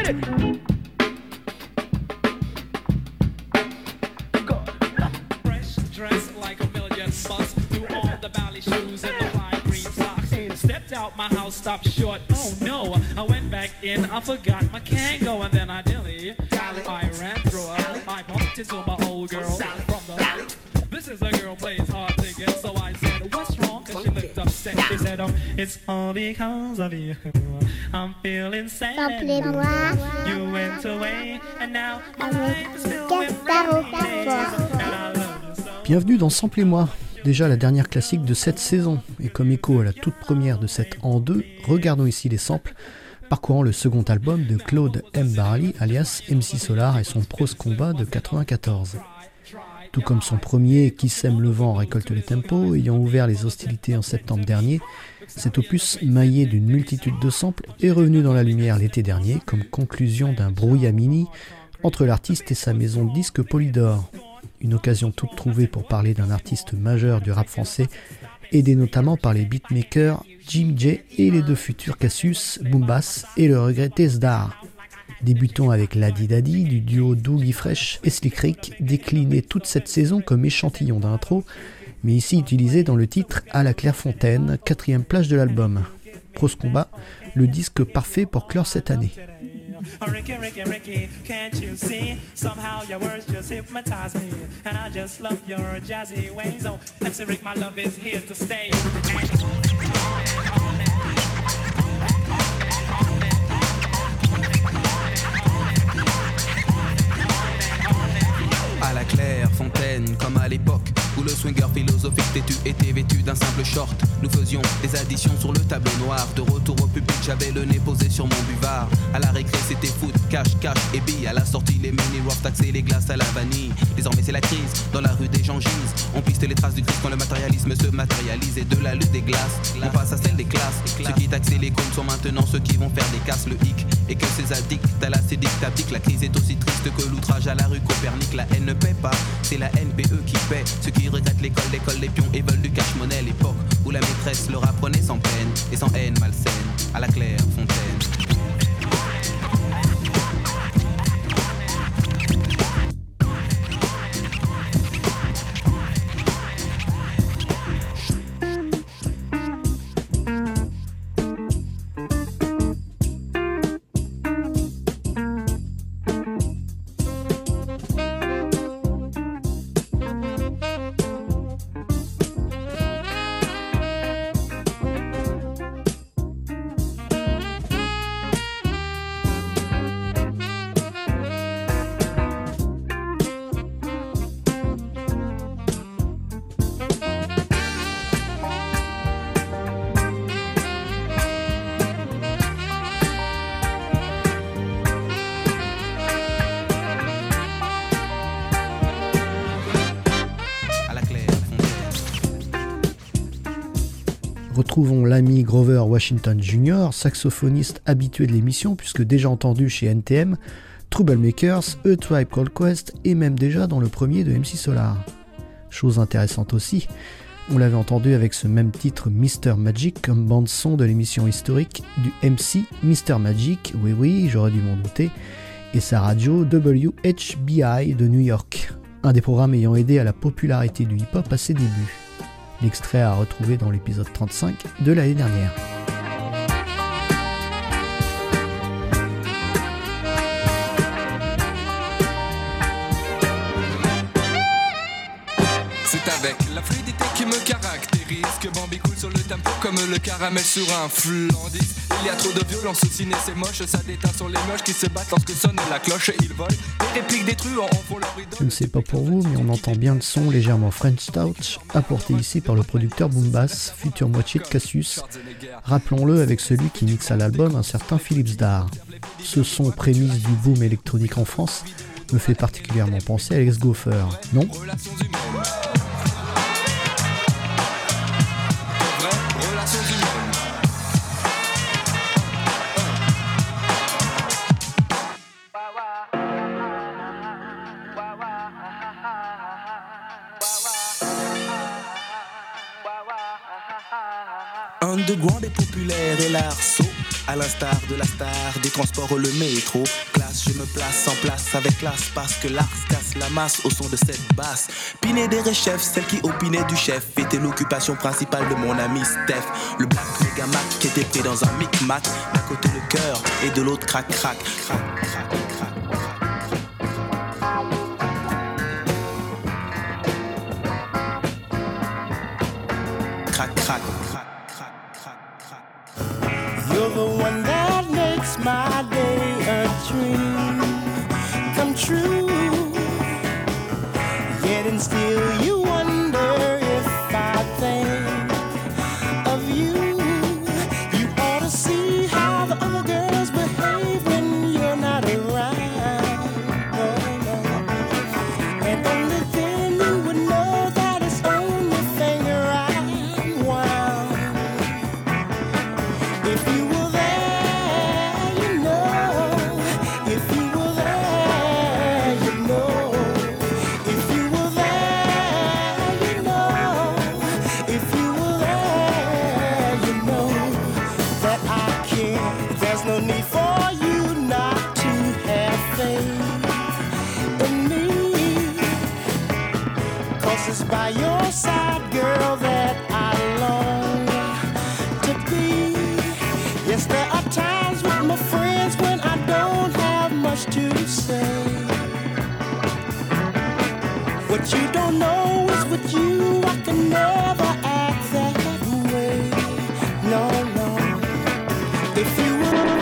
Get it. Go. Fresh dress like a million bucks. Threw on the ballet shoes and the flying green socks. Stepped out my house, stopped short. Oh no, I went back in, I forgot my Kango, and then I dilly. I ran through her. I bumped into my old girl from the. This is a girl plays hard to get, so I said, what's wrong? Cause she looked upset. She said, it's all because of you. I'm feeling sad. Samplez-moi. You went away, and now my life is filled with memories, and I love you so. Bienvenue dans Samplez-moi, déjà la dernière classique de cette saison. Et comme écho à la toute première de cette en deux, regardons ici les samples, parcourant le second album de Claude M. Barley, alias MC Solar, et son Prose Combat de 94. Tout comme son premier, Qui sème le vent récolte les tempos, ayant ouvert les hostilités en septembre dernier, cet opus maillé d'une multitude de samples est revenu dans la lumière l'été dernier comme conclusion d'un brouillamini entre l'artiste et sa maison de disques Polydor. Une occasion toute trouvée pour parler d'un artiste majeur du rap français, aidé notamment par les beatmakers Jim J et les deux futurs Cassius, Boombass et le regretté Zdar. Débutons avec Ladi Dadi du duo Dougie Fresh et Slick Rick, décliné toute cette saison comme échantillon d'intro, mais ici utilisé dans le titre À la Clairefontaine, 4e plage de l'album. Prose Combat, le disque parfait pour clore cette année. Ricky, Ricky, Ricky, can't you see? Somehow your words just hypnotize me, and I just love your jazzy ways. Oh, MC Rick, my love is here to stay. À la Clairefontaine, comme à l'époque où le swinger philosophique têtu était vêtu d'un simple short. Nous faisions des additions sur le tableau noir. De retour au public, j'avais le nez posé sur mon buvard. À la récré, c'était foot, cash et billes. À la sortie, les mini rough taxés, les glaces à la vanille. Désormais, c'est la crise. Dans la rue, des gens gisent. On piste les traces du Christ quand le matérialisme se matérialise. Et de la lutte des glaces, on passe à celle des classes. Ceux qui taxaient les cônes sont maintenant ceux qui vont faire des casses. Le hic et que ces addicts à l'acédique t'abdiquent. La crise est aussi triste que l'outrage à la rue Copernic. La haine ne paie pas, c'est la NPE qui paie. Ceux qui regrettent l'école, les pions et veulent du cash-monnaie. L'époque où la maîtresse leur apprenait sans peine et sans haine malsaine. À la Clairefontaine. Retrouvons l'ami Grover Washington Jr., saxophoniste habitué de l'émission puisque déjà entendu chez NTM, Troublemakers, A Tribe Called Quest et même déjà dans le premier de MC Solar. Chose intéressante aussi, on l'avait entendu avec ce même titre Mr. Magic comme bande-son de l'émission historique du MC Mr. Magic, oui j'aurais dû m'en douter, et sa radio WHBI de New York, un des programmes ayant aidé à la popularité du hip-hop à ses débuts. L'extrait à retrouver dans l'épisode 35 de l'année dernière. C'est avec la fluidité qui me caractérise que Bambi coule sur le tempo comme le caramel sur un flandis. Il y a trop de violence au ciné, c'est moche, ça déteint sur les mioches qui se battent lorsque sonne la cloche et ils volent. Les répliques des truands en font leur idole. Je ne sais pas pour vous, mais on entend bien le son légèrement French Touch, apporté ici par le producteur Boombass, futur moitié de Cassius, rappelons-le avec celui qui mixe à l'album un certain Philippe Zdar. Ce son prémisse du boom électronique en France me fait particulièrement penser à Alex Gopher, non ? Underground est populaire et l'arceau À l'instar de la star des transports, le métro. Classe, je me place en place avec classe parce que l'art casse la masse au son de cette basse. Pinet des rechefs, celle qui opinait du chef, était l'occupation principale de mon ami Steph. Le black Megamac qui était pris dans un micmac. D'un côté le cœur et de l'autre crac crac crac crac crac. Crack, crack, crack, crack, crack, crack. You're the one that makes my day a dream come true. Yet and still you wonder if I think of you. You ought to see how the other girls behave when you're not around. And only then you would know that it's only finger I want. If you were there, you know. If you were there, you know. If you were there, you know. If you were there, you know that I care. There's no need for you not to have faith in me. 'Cause it's by your side, girl, that I long to be. Yes, there are times with my friends when I don't have much to say. What you don't know is with you, I can never act that way. No, no. If you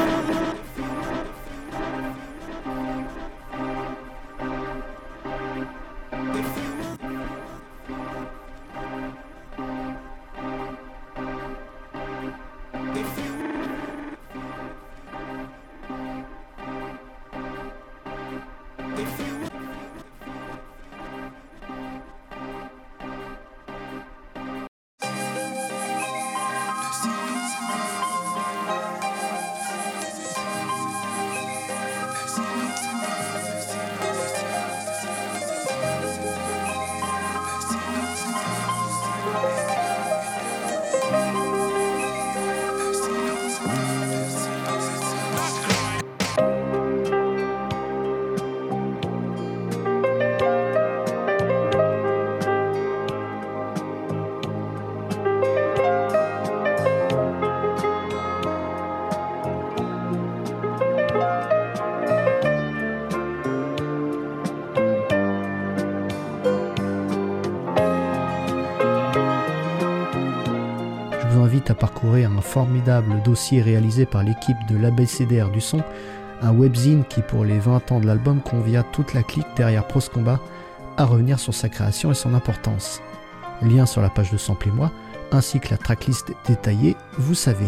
Je vous invite à parcourir un formidable dossier réalisé par l'équipe de l'ABCDR du son, un webzine qui pour les 20 ans de l'album convia toute la clique derrière Prose Combat à revenir sur sa création et son importance. Lien sur la page de Sample et moi, ainsi que la tracklist détaillée, vous savez.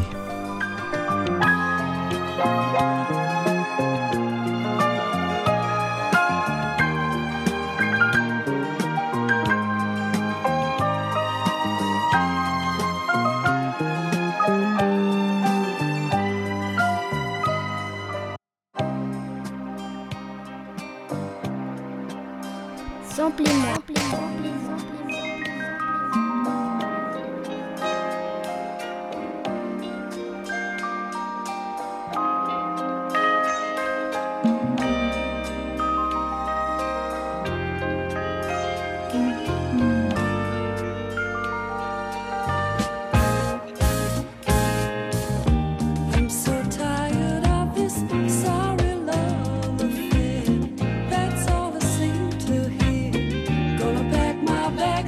Sample et moi. I'm so tired of this sorry love affair. That's all I seem to hear. Gonna pack my bag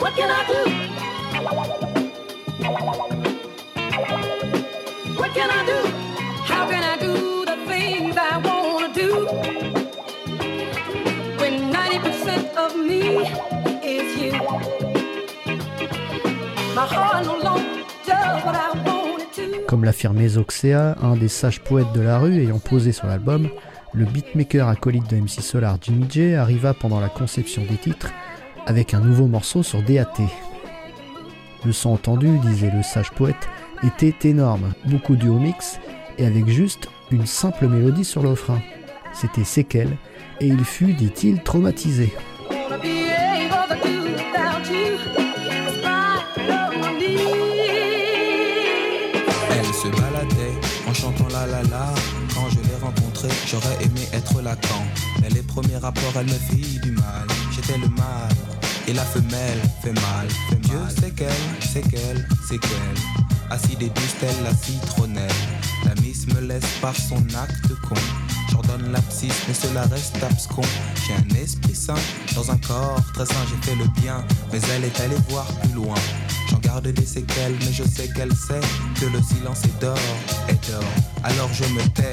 What can I do? What can I do? How can I do the things I wanna do when 90% of me is you? My heart no longer does what I want it to. Comme l'affirmait Zoxea, un des sages poètes de la rue ayant posé sur l'album, le beatmaker acolyte de MC Solar Jimmy J arriva pendant la conception des titres avec un nouveau morceau sur DAT. Le son entendu, disait le sage poète, était énorme, beaucoup du remix et avec juste une simple mélodie sur le refrain. C'était séquelles et il fut, dit-il, traumatisé. Elle se baladait en chantant la la la. Quand je l'ai rencontrée, j'aurais aimé être Lacan. Mais les premiers rapports, elle me fit du mal. J'étais le mâle et la femelle fait mal. Dieu sait qu'elle, acide et douce telle la citronnelle. La miss me laisse par son acte con. J'ordonne l'abscisse mais cela reste abscon. J'ai un esprit sain dans un corps très sain. J'ai fait le bien mais elle est allée voir plus loin. J'en garde des séquelles mais je sais qu'elle sait que le silence est d'or, alors je me tais.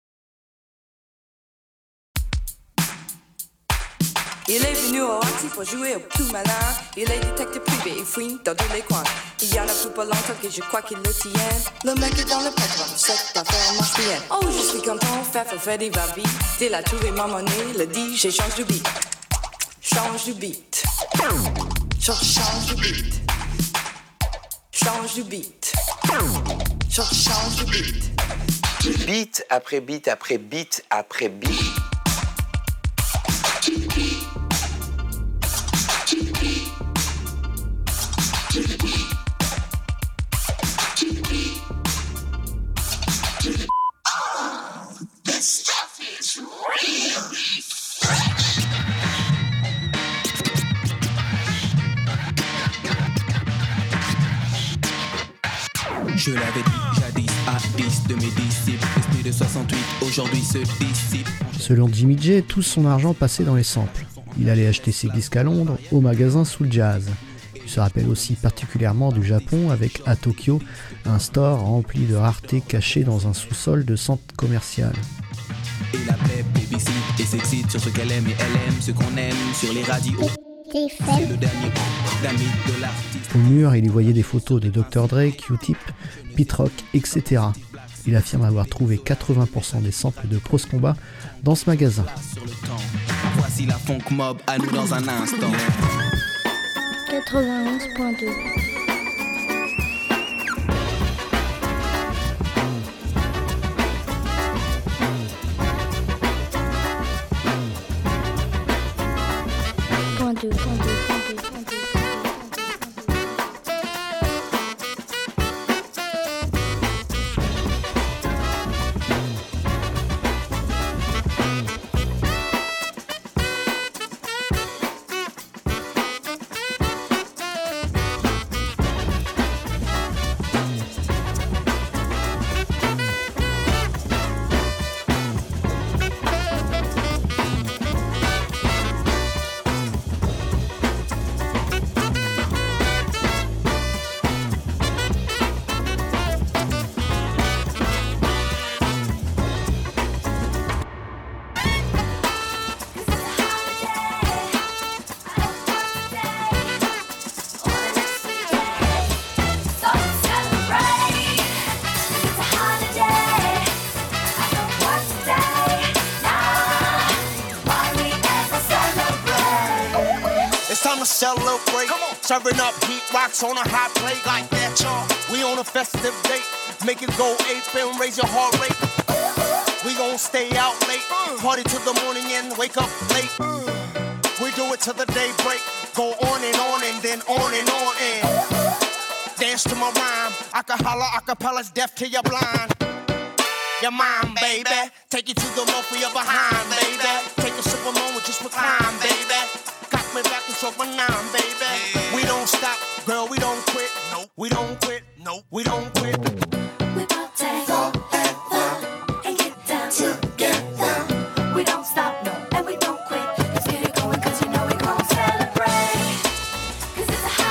Il est venu au Roxy pour jouer au tout malin. Il est détective privé et fouine dans tous les coins. Il y en a plus pas longtemps que je crois qu'il le tient. Le mec est dans le pétrole, cette affaire marche bien. Oh, je suis content, Freddy va vite. Dès la trouvé ma monnaie, le DJ change de beat. Change de beat. Change de beat. Change de beat. Change de beat. Beat après beat après beat après beat. Je l'avais dit jadis à 10 de mes disciples. Esprit de 68 aujourd'hui se dissipe. Selon Jimmy J, tout son argent passait dans les samples. Il allait acheter ses disques à Londres, au magasin Soul Jazz. Il se rappelle aussi particulièrement du Japon avec à Tokyo, un store rempli de raretés cachées dans un sous-sol de centre commercial. Et la plèbe BBC et s'excite sur ce qu'elle aime et elle aime ce qu'on aime sur les radios. C'est le dernier d'amis de l'artiste. Au mur, il y voyait des photos de Dr. Dre, Q-Tip, Pete Rock, etc. Il affirme avoir trouvé 80% des samples de Cross Combat dans ce magasin. Voici la funk mob à nous dans un instant. 91.2. Celebrate, serving up heat rocks on a hot plate like that, y'all. We on a festive date, make it go ape and raise your heart rate. We gon' stay out late, party till the morning and wake up late. We do it till the day break, go on and then on and dance to my rhyme. I can holler, acapella's deaf till you're blind. Your mind, baby, take you to the low for your behind, baby. Take a sip of moment, just recline, baby. Cock me back and stroke my nine, baby. Yeah. We don't stop, girl, we don't quit. Nope. We don't quit. Nope. We don't quit. We party forever and get down together. We don't stop, no, and we don't quit. Let's get it going, cause you know we gon' celebrate. Cause it's a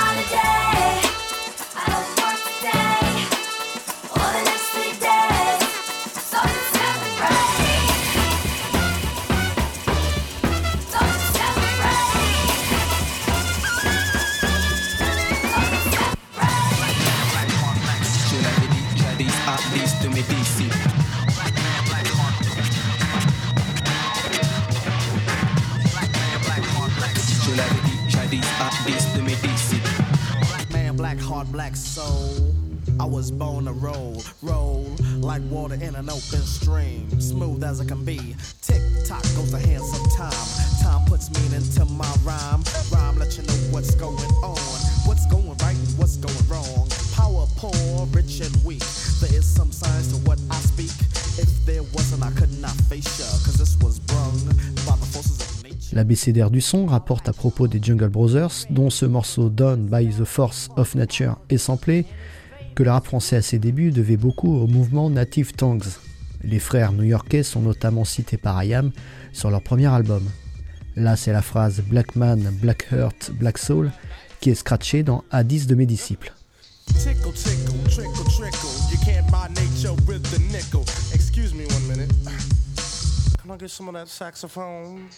10 de mes disciples. Black man, black heart, black soul. I was born to roll, roll like water in an open stream, smooth as it can be. Tick tock goes the hands of time. Time puts meaning to my rhyme. Rhyme let you know what's going on, what's going right, what's going wrong. Power poor, rich and weak. There is some science to what I speak. If there wasn't, I could not face ya, cause this was brung by the forces of nature. L'abécédaire du son rapporte à propos des Jungle Brothers, dont ce morceau Done by the Force of Nature est samplé, que le rap français à ses débuts devait beaucoup au mouvement Native Tongues. Les frères new-yorkais sont notamment cités par IAM sur leur premier album. Là, c'est la phrase Black Man, Black Heart, Black Soul qui est scratchée dans A10 de mes disciples. Tickle, tickle, trickle, trickle. You can't buy nature with the nickel. Excuse me 1 minute. Can I get some of that saxophone?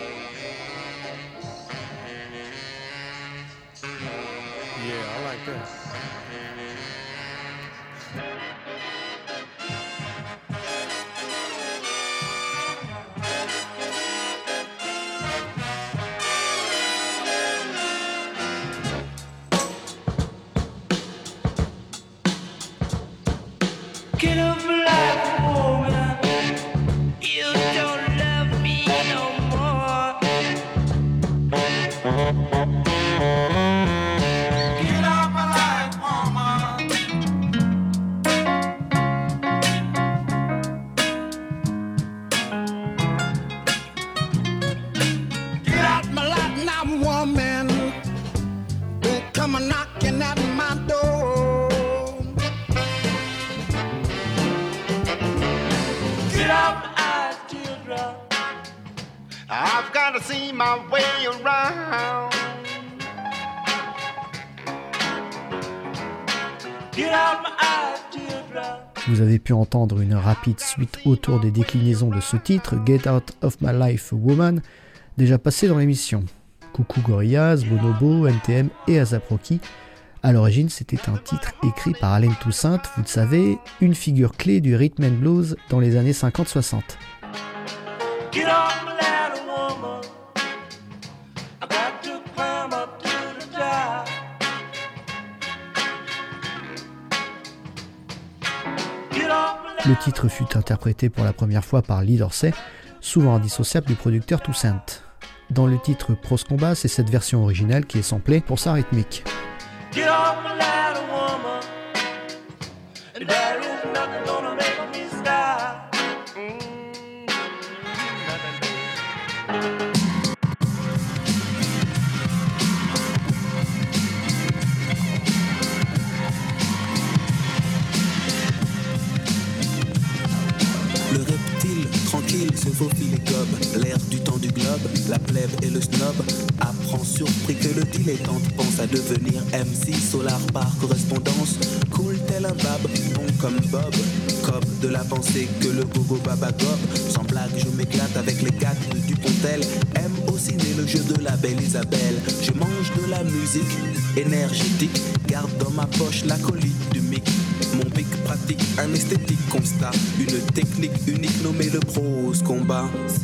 Yeah, I like that. Get up, black woman. You don't love me no more. Get up, black woman. Get out, my Latin woman. Don't come a knocking at my door. I've got to see my way around. Get out my eyes, teardrop. Vous avez pu entendre une rapide suite autour des déclinaisons de ce titre, Get Out of My Life Woman, déjà passé dans l'émission. Coucou Gorillaz, Bonobo, NTM et A$AP Rocky. À l'origine, c'était un titre écrit par Allen Toussaint, vous le savez, une figure clé du rhythm and blues dans les années 50-60. Get off my ladder, woman. I got to climb up to the top. Get off my ladder. Le titre fut interprété pour la première fois par Lee Dorsey, souvent indissociable du producteur Toussaint. Dans le titre Prose Combat, c'est cette version originale qui est samplée pour sa rythmique. Get off my ladder, woman. And there is nothing gonna make me stop. Le reptile, tranquille, se faufile et gobe l'air du temps du globe, la plèbe et le snob. Apprend surpris que le dilettante pense à devenir MC Solar par correspondance. Cool tel un bab, bon comme Bob. Cob de la pensée que le gogo baba gobe. Sans blague, je m'éclate avec les gags de Dupontel. Aime au ciné le jeu de la belle Isabelle. Je mange de la musique énergétique. Garde dans ma poche la colite du mic. Mon pic pratique, un esthétique constat. Une technique unique nommée le prose combat.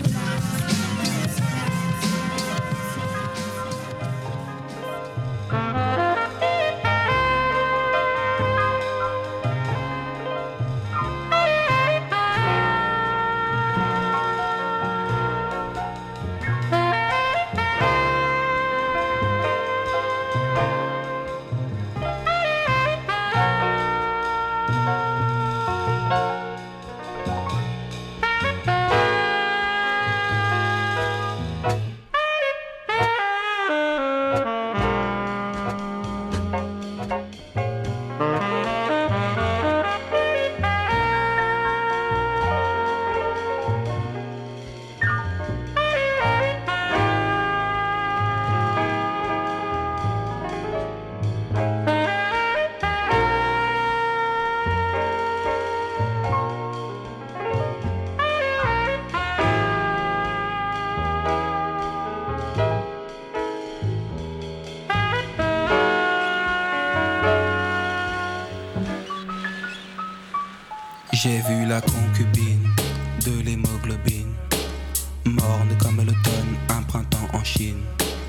J'ai vu la concubine de l'hémoglobine, morne comme l'automne, un printemps en Chine.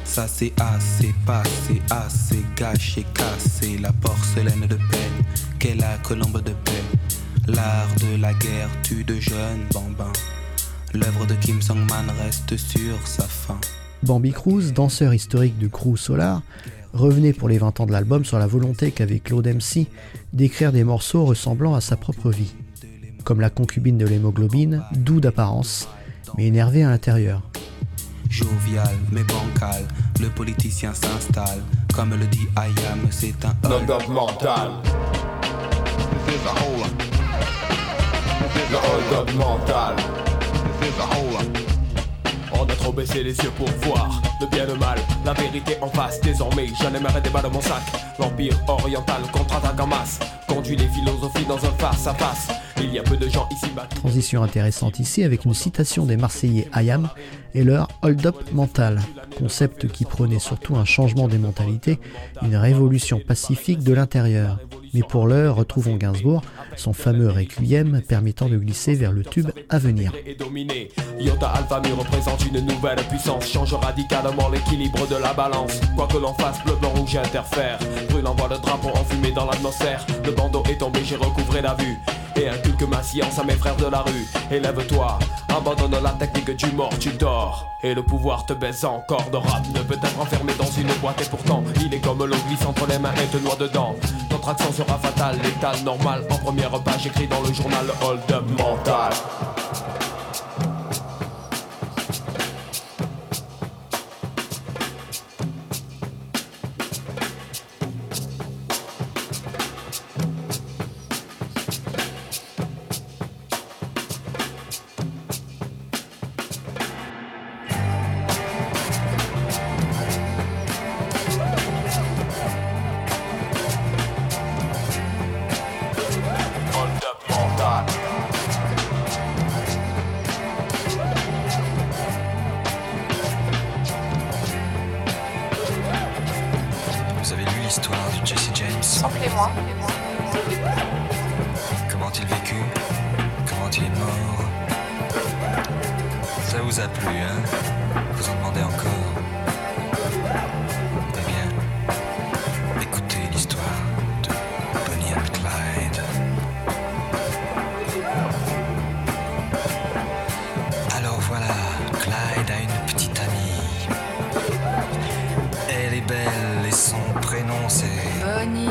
Ça c'est assez passé, assez gâché, cassé. La porcelaine de peine qu'est la colombe de paix. L'art de la guerre tue de jeunes bambins. L'œuvre de Kim Song-man reste sur sa fin. Bambi Cruz, danseur historique de Crew Solar, revenait pour les 20 ans de l'album sur la volonté qu'avait Claude MC d'écrire des morceaux ressemblant à sa propre vie. Comme la concubine de l'hémoglobine, doux d'apparence, mais énervé à l'intérieur. Jovial mais bancal, le politicien s'installe. Comme le dit IAM, c'est un hold-up mental. This is a hold-up. This is a hold-up mental. This is a hold-up. On a trop baissé les yeux pour voir le bien le mal, la vérité en face. Désormais j'en aimerais des balles dans mon sac. L'empire oriental contre-attaque en masse, conduit les philosophies dans un face-à-face. Il y a peu de gens ici bas. Transition intéressante ici avec une citation des Marseillais IAM et leur hold-up mental, concept qui prônait surtout un changement des mentalités, une révolution pacifique de l'intérieur. Mais pour l'heure, retrouvons Gainsbourg, son fameux requiem permettant de glisser vers le tube à venir. Iota Alpha Mu représente une nouvelle puissance, change radicalement l'équilibre de la balance. Quoi que l'on fasse, bleu, blanc, rouge interfère. Brûle envoie le drapeau enfumé dans l'atmosphère. Le bandeau est tombé, j'ai recouvré la vue. Et inculque ma science à mes frères de la rue. Élève-toi, abandonne la technique du mort, tu dors. Et le pouvoir te baise encore de rap ne peut être enfermé dans une boîte. Et pourtant, il est comme l'eau glisse entre les mains et te noie dedans. Notre action sera fatale, létale, normale. En première page écrit dans le journal Hold-up mental. Vous avez lu l'histoire de Jesse James? Samplez-moi. Comment il vécu? Comment il est mort? Ça vous a plu, hein? Vous en demandez encore? Eh bien, écoutez l'histoire de Bonnie and Clyde. Alors voilà, Clyde a une petite amie. Elle est belle et son prénom c'est Bonnie.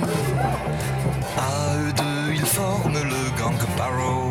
À eux deux, ils forment le gang Barrow.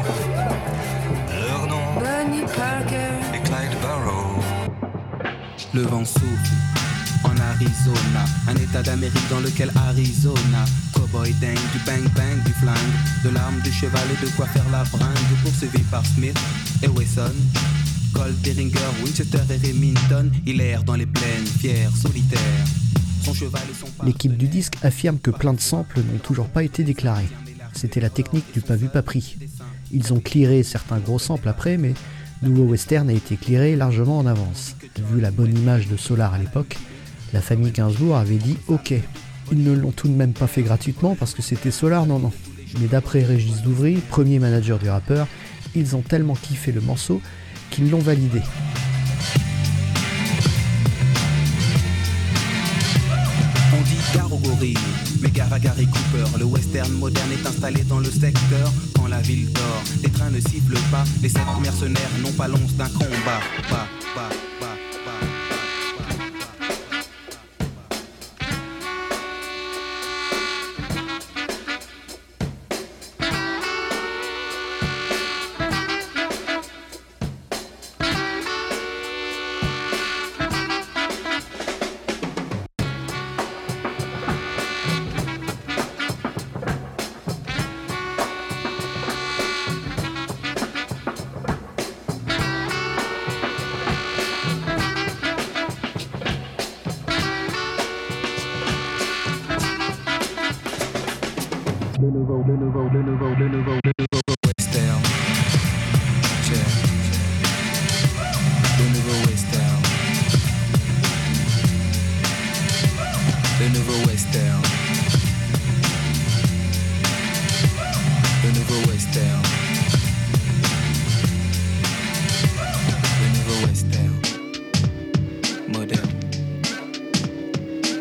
Leur nom Bonnie Parker et Clyde Barrow. Le vent souffle en Arizona, un état d'Amérique dans lequel Arizona. Cowboy dingue, du bang bang, du flingue, de l'arme, du cheval et de quoi faire la bringue. Poursuivi par Smith et Wesson, Colt, Derringer, Winchester et Remington. Il erre dans les plaines, fier, solitaire. Son cheval et son L'équipe du disque affirme que plein de samples n'ont toujours pas été déclarés. C'était la technique du pas vu pas pris. Ils ont clearé certains gros samples après, mais Nouveau Western a été clearé largement en avance. Vu la bonne image de Solar à l'époque, la famille Gainsbourg avait dit ok. Ils ne l'ont tout de même pas fait gratuitement parce que c'était Solar, non. Mais d'après Régis Douvry, premier manager du rappeur, ils ont tellement kiffé le morceau qu'ils l'ont validé. On dit gare aux gorilles, mais gare à Gary Cooper. Le western moderne est installé dans le secteur. Quand la ville dort, les trains ne sifflent pas. Les 7 mercenaires n'ont pas l'once d'un combat. Le nouveau western. Yeah. Le nouveau western. Le nouveau western. Le nouveau western. Le nouveau western. Moderne.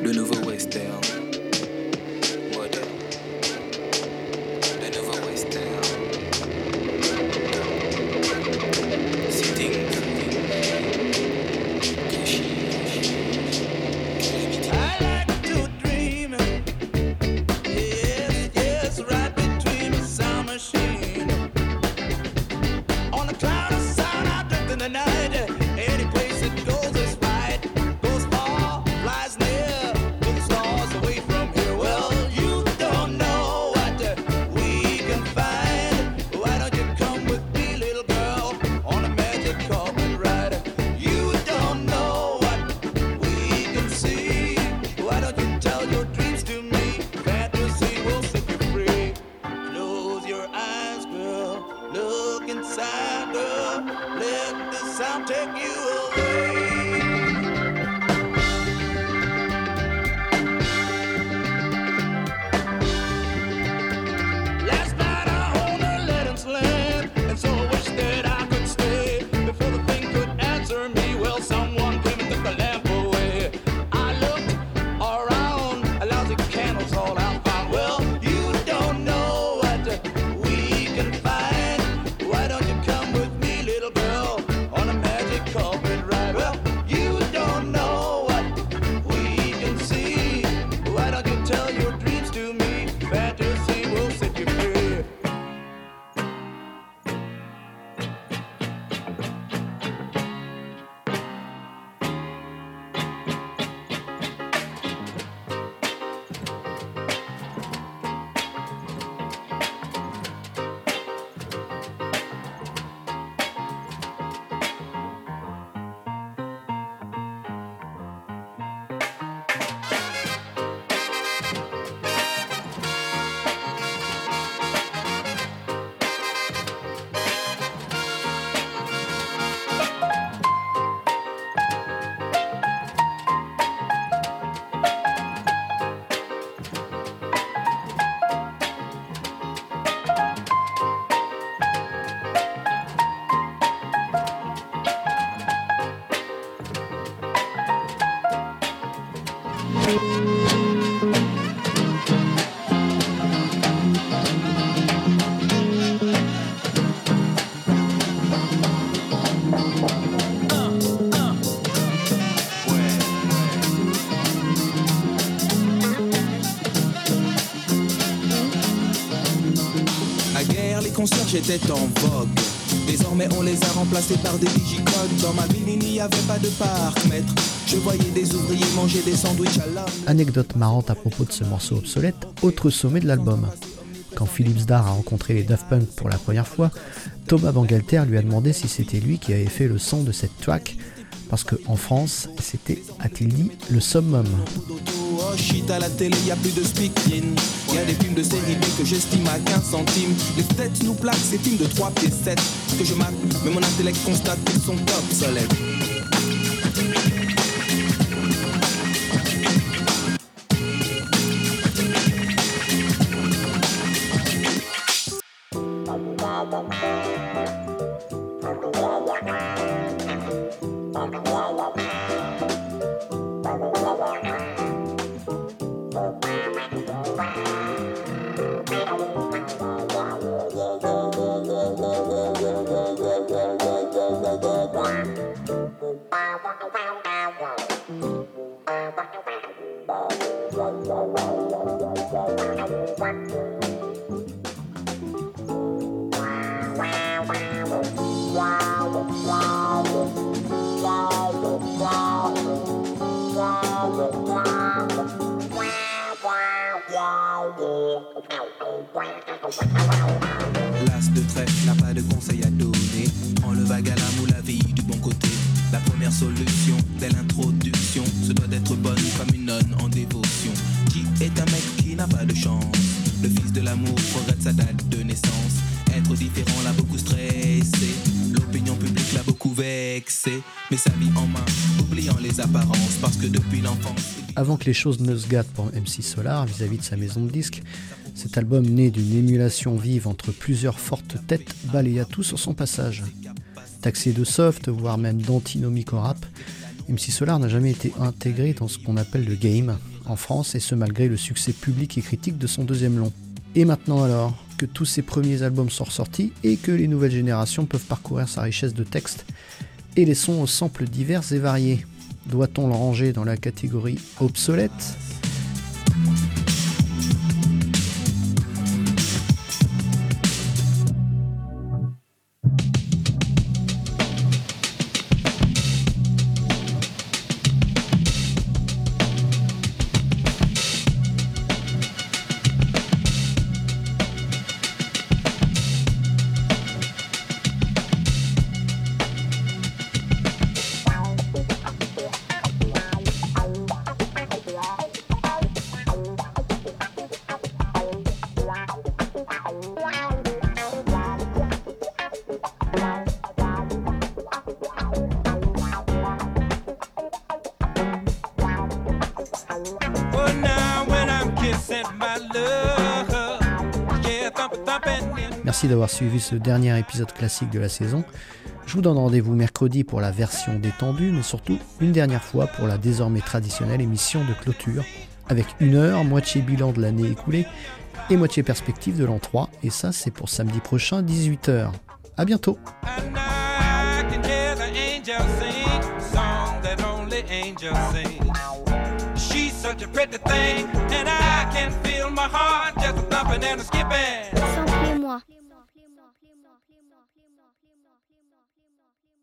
le nouveau western. Moderne. Le nouveau western. Sitting. I like to dream. Yes, yes, right between the sound machine. On a cloud of sound, I drift in the night. Any place it goes is right. Goes far, flies near, to the stars away from here. Well, you don't know what we can find. Why don't you come with me, little girl, on a magic carpet ride? You don't know what we can see. Why don't you tell your dreams to me? Fantasy will set you free. Close your eyes, girl. Look inside, girl. Let the sound take you away. Last night I owned a Letton's land, and so I wish that I could stay. Before the thing could answer me, well, someone came and took the lamp away. I looked around, lousy candles all I found. Well, you don't know what we can find. Why don't you come with me, little girl, on a magic carpet ride? Well, you don't know what we can see. Why don't you tell your dreams to me? Fantasy will set you free. À guerre, les concierges étaient en vogue. Désormais, on les a remplacés par des digicodes. Dans ma ville, il n'y avait pas de parc-mètre. Je voyais des ouvriers manger des sandwichs à l'homme. Anecdote marrante à propos de ce morceau obsolète, autre sommet de l'album. Quand Philippe Zdar a rencontré les Daft Punk pour la première fois, Thomas Bangalter lui a demandé si c'était lui qui avait fait le son de cette track, parce qu'en France, c'était, a-t-il dit, le summum. Oh shit, à la télé, y a plus de speaking. Y a des films de série B que j'estime à 15 centimes. Les têtes nous plaquent ces films de 3 pieds 7 que je mate, mais mon intellect constate qu'ils sont obsolètes. L'as de trèfle n'a pas de conseil à donner. Prends le vague à l'âme ou la vie du bon côté. La première solution, dès l'introduction, se doit d'être bonne comme une nonne en dévotion. Qui est un mec qui n'a pas de chance? Le fils de l'amour regrette sa date de naissance. Être différent l'a beaucoup stressé. L'opinion publique l'a beaucoup vexé. Mais sa vie en main, oubliant les apparences. Parce que depuis l'enfance... Avant que les choses ne se gâtent pour MC Solar vis-à-vis de sa maison de disques, cet album né d'une émulation vive entre plusieurs fortes têtes balaya tout sur son passage. Taxé de soft, voire même d'antinomique au rap, MC Solar n'a jamais été intégré dans ce qu'on appelle le game en France, et ce malgré le succès public et critique de son deuxième long. Et maintenant alors que tous ses premiers albums sont ressortis et que les nouvelles générations peuvent parcourir sa richesse de textes et les sons aux samples divers et variés, doit-on le ranger dans la catégorie obsolète ? Merci d'avoir suivi ce dernier épisode classique de la saison. Je vous donne rendez-vous mercredi pour la version détendue, mais surtout une dernière fois pour la désormais traditionnelle émission de clôture, avec 1 heure, moitié bilan de l'année écoulée et moitié perspective de l'an 3, et ça c'est pour samedi prochain, 18h. À bientôt. Samplez-moi.